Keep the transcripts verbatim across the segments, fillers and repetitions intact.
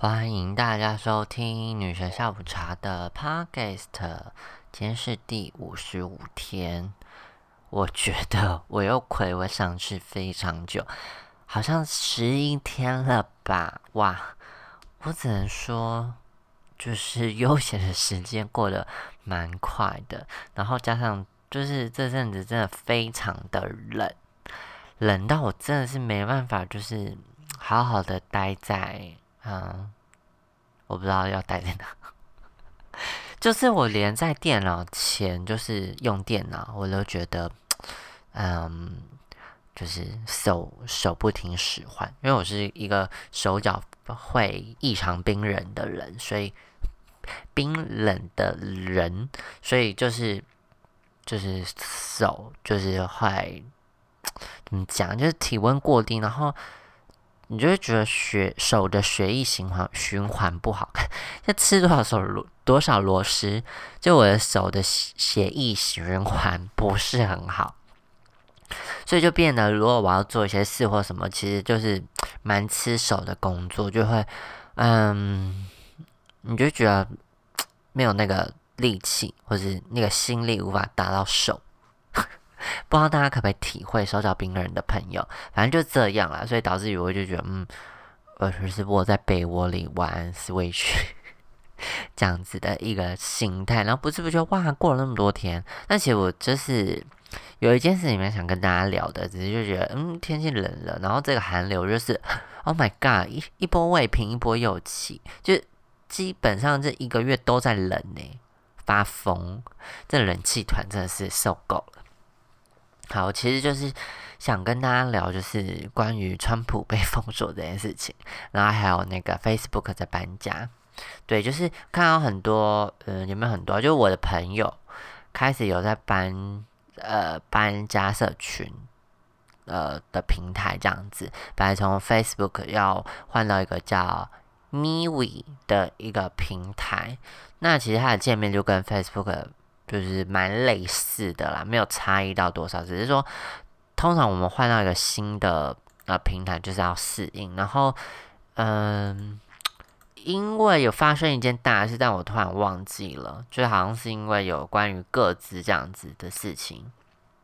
欢迎大家收听女神下午茶的 Podcast， 今天是第五十五天。我觉得我又睽违上市非常久，好像十一天了吧？哇，我只能说，就是悠闲的时间过得蛮快的，然后加上就是这阵子真的非常的冷，冷到我真的是没办法，就是好好的待在嗯。我不知道要待在哪，就是我连在电脑前，就是用电脑，我都觉得，嗯，就是手手不听使唤，因为我是一个手脚会异常冰冷的人，所以冰冷的人，所以就是就是手就是会怎么讲，就是体温过低，然后你就会觉得血手的血液循环循环不好，就吃多少手多少螺丝，就我的手的血液循环不是很好，所以就变得如果我要做一些事或什么，其实就是蛮吃手的工作，就会嗯，你就觉得没有那个力气，或是那个心力无法达到手。不知道大家可不可以体会手脚冰冷的朋友，反正就这样啦，所以导致于我就觉得，嗯，我就是窝在被窝里玩 Switch 这样子的一个心态，然后不知不觉哇，过了那么多天，但其实我就是有一件事情蛮想跟大家聊的，只是就觉得，嗯，天气冷了，然后这个寒流就是，Oh my God，一一波未平一波又起，就基本上这一个月都在冷呢、发疯，这冷气团真的是受够了。好，其实就是想跟大家聊，就是关于川普被封锁这件事情，然后还有那个 Facebook 在搬家。对，就是看到很多，呃，有没有很多？就是我的朋友开始有在搬，呃，搬家社群，呃的平台这样子，本来从 Facebook 要换到一个叫 MeWe 的一个平台，那其实它的界面就跟 Facebook就是蛮类似的啦，没有差异到多少，只是说通常我们换到一个新的呃平台就是要适应，然后嗯，因为有发生一件大事，但我突然忘记了，就好像是因为有关于个资这样子的事情，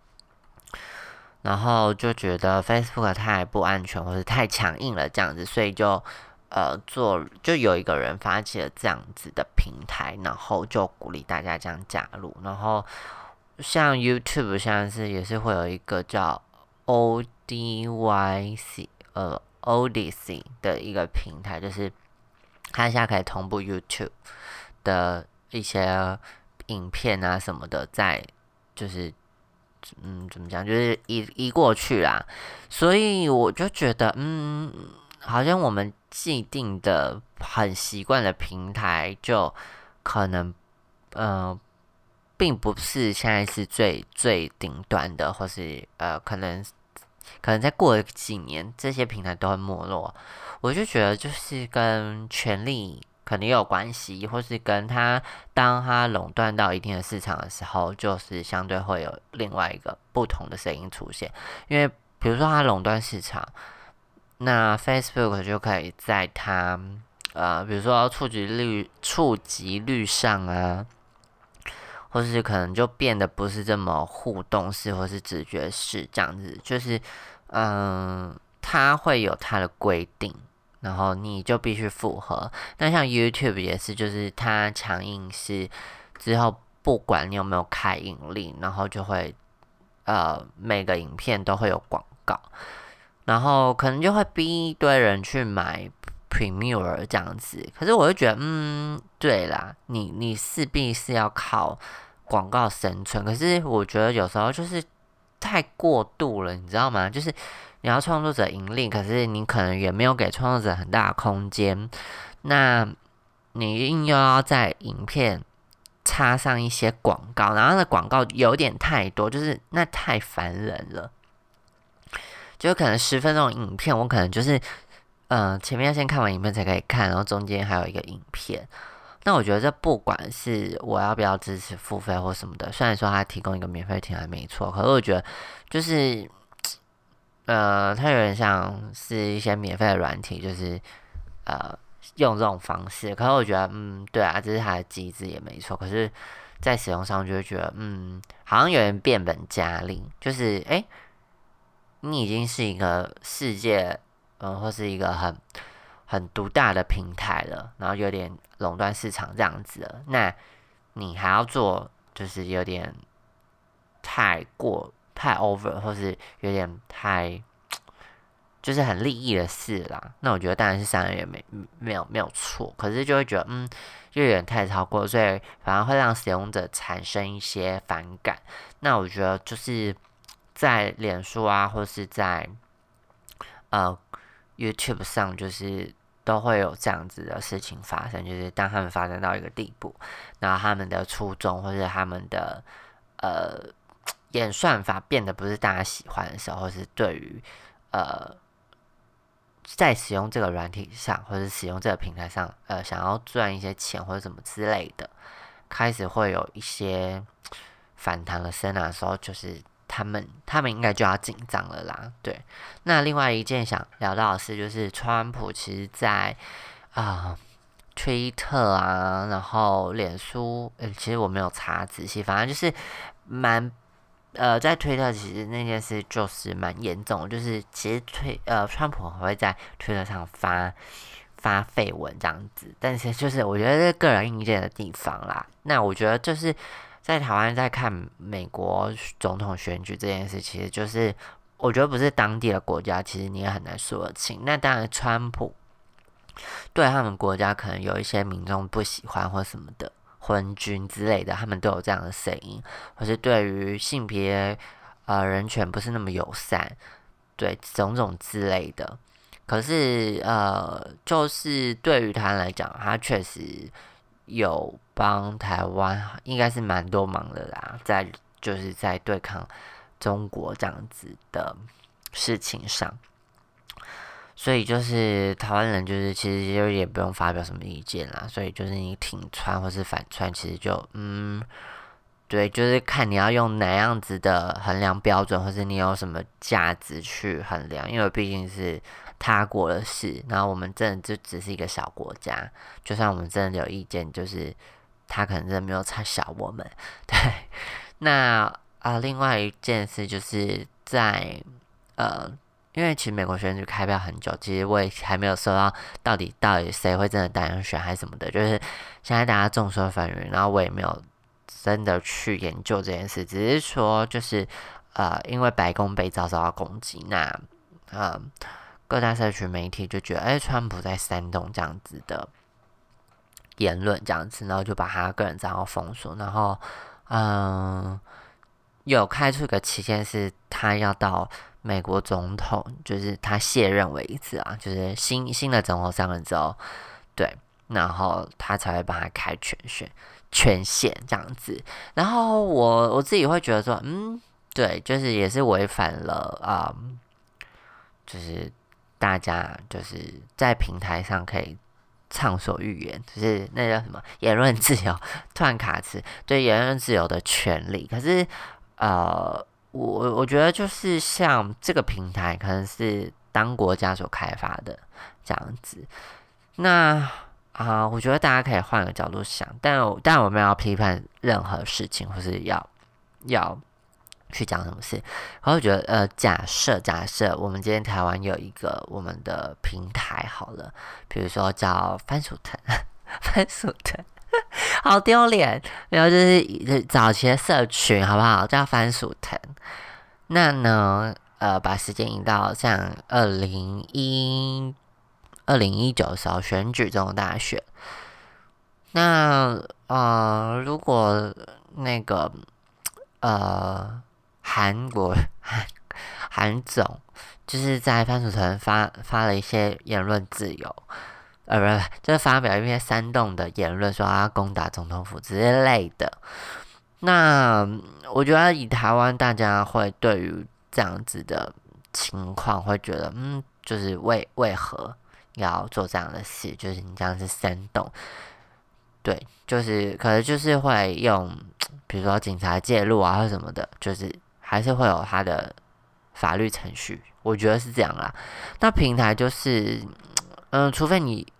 然后就觉得 Facebook 太不安全或者太强硬了这样子，所以就呃做就有一个人发起了这样子的平台，然后就鼓励大家这样加入，然后像 YouTube 现在是也是会有一个叫 O D Y C 呃 Odyssey 的一个平台，就是它现在可以同步 YouTube 的一些影片啊什么的，在就是嗯怎么讲，就是移移过去啦，所以我就觉得嗯，好像我们既定的很习惯的平台，就可能呃并不是现在是最最顶端的，或是呃可能可能再过几年，这些平台都会没落。我就觉得就是跟权力可能也有关系，或是跟他当他垄断到一定的市场的时候，就是相对会有另外一个不同的声音出现。因为比如说他垄断市场，那 Facebook 就可以在它呃，比如说触及率触及率上啊，或是可能就变得不是这么互动式或是直觉式这样子，就是嗯，它会有它的规定，然后你就必须符合。那像 YouTube 也是，就是它强硬是之后不管你有没有开盈利，然后就会呃每个影片都会有广告，然后可能就会逼一堆人去买 Premiere 这样子。可是我就觉得，嗯，对啦，你你势必是要靠广告生存，可是我觉得有时候就是太过度了，你知道吗？就是你要创作者盈利，可是你可能也没有给创作者很大的空间，那你硬又要在影片插上一些广告，然后那广告有点太多，就是那太烦人了。就可能十分钟的影片，我可能就是，呃，前面要先看完影片才可以看，然后中间还有一个影片。那我觉得这不管是我要不要支持付费或什么的，虽然说它提供一个免费平台没错，可是我觉得就是，呃，它有点像是一些免费的软体，就是呃， 用这种方式。可是我觉得，嗯，对啊，这是它的机制也没错。可是，在使用上就会觉得，嗯，好像有点变本加厉，就是哎、欸，你已经是一个世界，嗯，或是一个很很独大的平台了，然后有点垄断市场这样子了，那你还要做，就是有点太过太 over， 或是有点太就是很利益的事啦。那我觉得当然是商人也没没有没有错，可是就会觉得嗯，就有点太超过，所以反而会让使用者产生一些反感。那我觉得就是在脸书啊，或是在呃 YouTube 上，就是都会有这样子的事情发生。就是当他们发展到一个地步，然后他们的初衷或是他们的呃演算法变得不是大家喜欢的时候，或是对于呃在使用这个软体上，或者使用这个平台上，呃，想要赚一些钱或者什么之类的，开始会有一些反弹的声啊的时候，就是他们他们应该就要紧张了啦。对，那另外一件想聊到的是，就是川普其实在啊、呃、推特啊，然后脸书，呃，其实我没有查仔细，反正就是蛮。呃，在推特其实那件事就是蛮严重的，就是其实推呃，川普会在推特上发发绯闻这样子，但是就是我觉得是个人意见的地方啦。那我觉得就是在台湾在看美国总统选举这件事，其实就是我觉得不是当地的国家，其实你也很难说得清。那当然，川普对他们国家可能有一些民众不喜欢或什么的。昏君之类的，他们都有这样的声音，或是对于性别呃人权不是那么友善，对种种之类的。可是呃，就是对于他来讲，他确实有帮台湾应该是蛮多忙的啦，在就是在对抗中国这样子的事情上。所以就是台湾人，就是其实就也不用发表什么意见啦。所以就是你挺川或是反川，其实就嗯，对，就是看你要用哪样子的衡量标准，或是你有什么价值去衡量。因为毕竟是他国的事，然后我们真的就只是一个小国家，就算我们真的有意见，就是他可能真的没有差小我们。对，那啊、呃，另外一件事就是在呃。因为其实美国选举开票很久，其实我也还没有收到到底到底谁会真的当选还是什么的，就是现在大家众说纷纭，然后我也没有真的去研究这件事，只是说就是呃，因为白宫被遭受到攻击，那呃各大社群媒体就觉得，哎、欸，川普在煽动这样子的言论，这样子，然后就把他个人账号封锁，然后嗯、呃，有开出一个期限是他要到。美国总统就是他卸任为止啊，就是新新的总统上任之后，对，然后他才会帮他开权选权限这样子。然后我我自己会觉得说，嗯，对，就是也是违反了啊、嗯，就是大家就是在平台上可以畅所欲言，就是那叫什么言论自由，突然卡词，对言论自由的权利。可是呃。我我觉得就是像这个平台可能是当国家所开发的这样子，那啊、呃，我觉得大家可以换个角度想，但我但我们要批判任何事情，或是要要去讲什么事。然后我觉得呃，假设假设我们今天台湾有一个我们的平台好了，比如说叫番薯藤，番薯藤。好丢脸，然后就是早期的社群，好不好？叫番薯藤。那呢，呃，把时间移到像二零一二零一九的时候选举这种大选。那呃，如果那个呃韩国韩韩总就是在番薯藤发发了一些言论自由。呃，不是，就是发表一些煽动的言论，说他攻打总统府之类的。那我觉得以台湾大家会对于这样子的情况，会觉得，嗯，就是为为何要做这样的事？就是你这样是煽动，对，就是可能就是会用，比如说警察介入啊或什么的，就是还是会有他的法律程序，我觉得是这样啦。那平台就是，嗯、呃，除非你。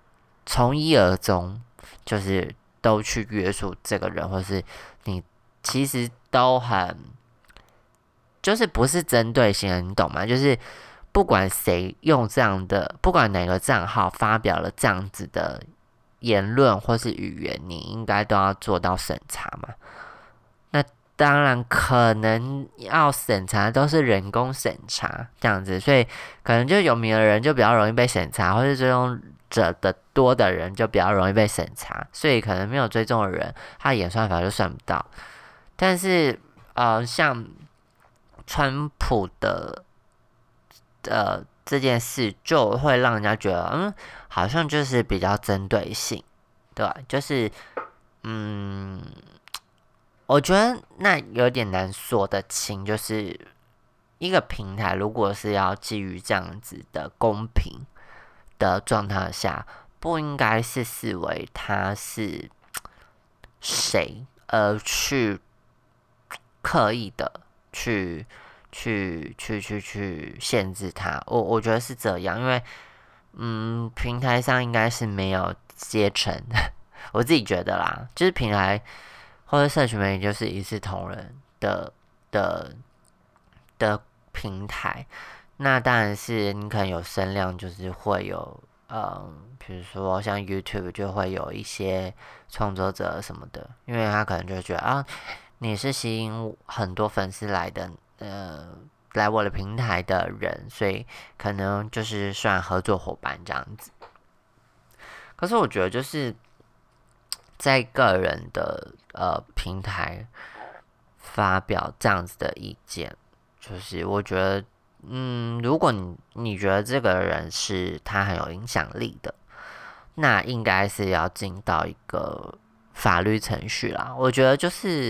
从一而终，就是都去约束这个人，或是你其实都很，就是不是针对性的，你懂吗？就是不管谁用这样的，不管哪个账号发表了这样子的言论或是语言，你应该都要做到审查嘛。那当然可能要审查都是人工审查这样子，所以可能就有名的人就比较容易被审查，或是追踪者的多的人就比较容易被审查，所以可能没有追踪的人，他的演算法就算不到。但是呃，像川普的呃这件事，就会让人家觉得，嗯，好像就是比较针对性，对吧？就是嗯。我觉得那有点难说得清，就是一个平台如果是要基于这样子的公平的状态下，不应该是视为他是谁而去刻意的去去去去去限制他。我我觉得是这样，因为嗯，平台上应该是没有阶层，我自己觉得啦，就是平台。或者社群媒体就是一视同仁的的的平台，那当然是你可能有声量，就是会有嗯，比如说像 YouTube 就会有一些创作者什么的，因为他可能就会觉得啊，你是吸引很多粉丝来的，呃，来我的平台的人，所以可能就是算合作伙伴这样子。可是我觉得就是在个人的呃平台发表这样子的意见，就是我觉得，嗯，如果你你觉得这个人是他很有影响力的，那应该是要进到一个法律程序啦。我觉得就是，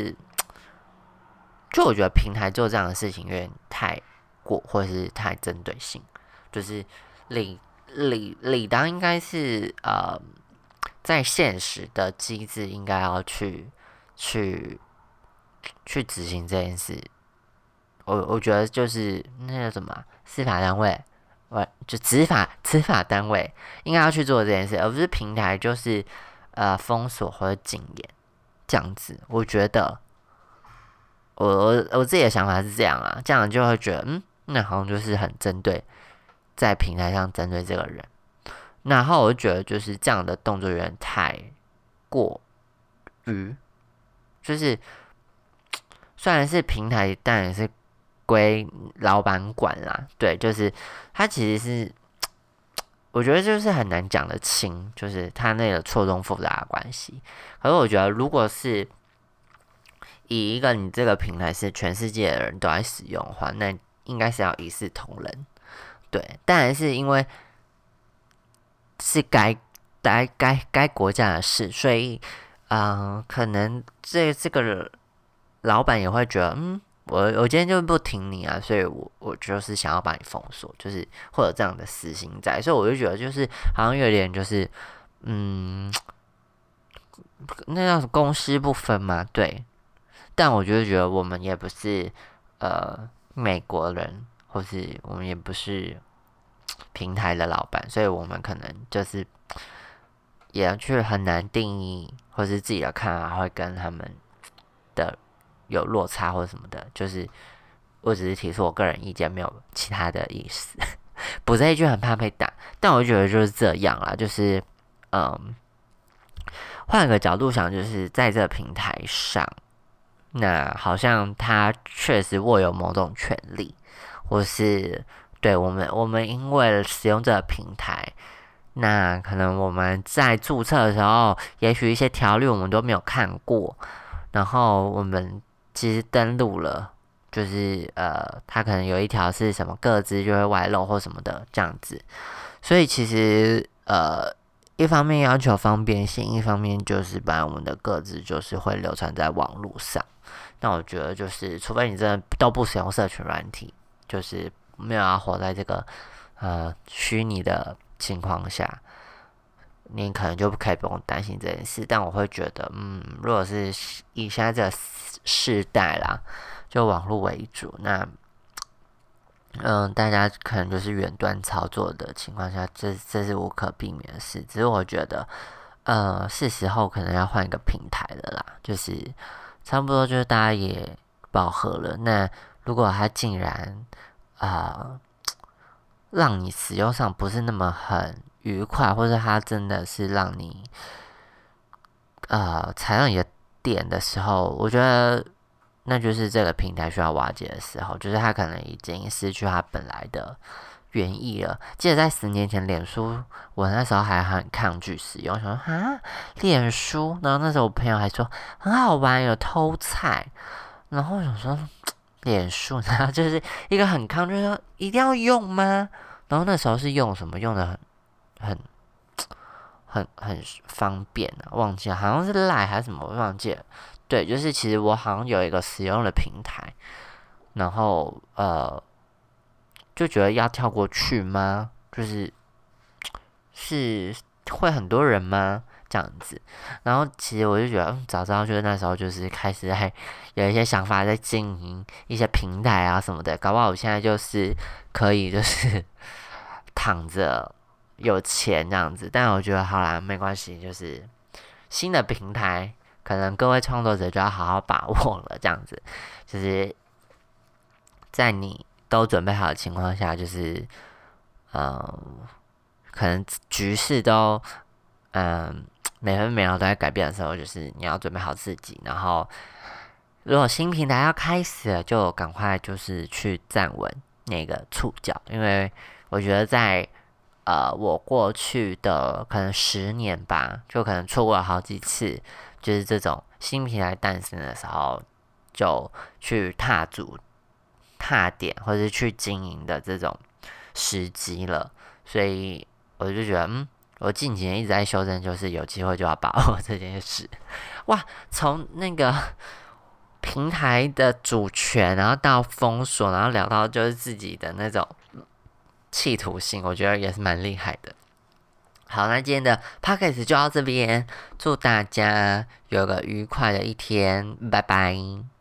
就我觉得平台做这样的事情有点太过，或是太针对性，就是理理理当应该是呃。在现实的机制应该要去去去执行这件事，我我觉得就是那个什么司法单位，我就执法执法单位应该要去做这件事，而不是平台就是呃封锁或者禁言这样子。我觉得我我我自己的想法是这样啊，这样就会觉得嗯，那好像就是很针对在平台上针对这个人。然后我就觉得就是这样的动作有点太过于，就是虽然是平台，但也是归老板管啦。对，就是他其实是，我觉得就是很难讲得清，就是他那个错综复杂的关系。可是我觉得，如果是以一个你这个平台是全世界的人都在使用的话，那应该是要一视同仁。对，当然是因为。是该该该该国家的事，所以，嗯、呃，可能这这个老板也会觉得，嗯，我我今天就不挺你啊，所以我我就是想要把你封锁，就是会有这样的私心在，所以我就觉得就是好像有点就是，嗯，那叫什么公私不分嘛，对，但我就觉得我们也不是呃美国人，或是我们也不是。平台的老板，所以我们可能就是也要去很难定义，或是自己的看法会跟他们的有落差或什么的。就是我只是提出我个人意见，没有其他的意思。补这一句很怕被打，但我觉得就是这样啦。就是嗯，换个角度想，就是在这个平台上，那好像他确实握有某种权利，或是。对我们，我们因为使用这个平台，那可能我们在注册的时候，也许一些条例我们都没有看过，然后我们其实登录了，就是呃，它可能有一条是什么个资就会外漏或什么的这样子，所以其实呃，一方面要求方便性，一方面就是把我们的个资就是会流传在网络上。那我觉得就是，除非你真的都不使用社群软体，就是。没有要活在这个呃虚拟的情况下，你可能就可以不用担心这件事。但我会觉得，嗯，如果是以现在这个世代啦，就网络为主，那嗯，大家可能就是远端操作的情况下，这这是无可避免的事。只是我觉得，呃，是时候可能要换一个平台了啦，就是差不多就是大家也饱和了。那如果它竟然啊、呃、让你使用上不是那么很愉快，或者它真的是让你呃踩到你的点的时候，我觉得那就是这个平台需要瓦解的时候，就是它可能已经失去它本来的原意了。记得在十年前，脸书我那时候还很抗拒使用，想说啊，脸书，然后那时候我朋友还说很好玩，有偷菜，然后我想说脸书，然后就是一个很抗拒，说一定要用吗？然后那时候是用什么？用的很很很很方便啊，忘记了，好像是 Line 还是什么，我忘记了。对，就是其实我好像有一个使用的平台，然后呃就觉得要跳过去吗？就是是会很多人吗？这样子，然后其实我就觉得，嗯，早知道就是那时候就是开始在有一些想法在经营一些平台啊什么的，搞不好我现在就是可以就是躺着有钱这样子。但我觉得好啦，没关系，就是新的平台，可能各位创作者就要好好把握了，这样子，就是在你都准备好的情况下，就是呃，可能局势都嗯、呃、每分每秒都在改变的时候，就是你要准备好自己，然后如果新平台要开始了，就赶快就是去站稳那个触角，因为我觉得在呃我过去的可能十年吧，就可能错过了好几次，就是这种新平台诞生的时候，就去踏足踏点或者是去经营的这种时机了，所以我就觉得，嗯，我近几年一直在修正，就是有机会就要把握这件事。哇，从那个平台的主权，然后到封锁，然后聊到就是自己的那种企图性，我觉得也是蛮厉害的。好，那今天的 podcast 就到这边，祝大家有个愉快的一天，拜拜。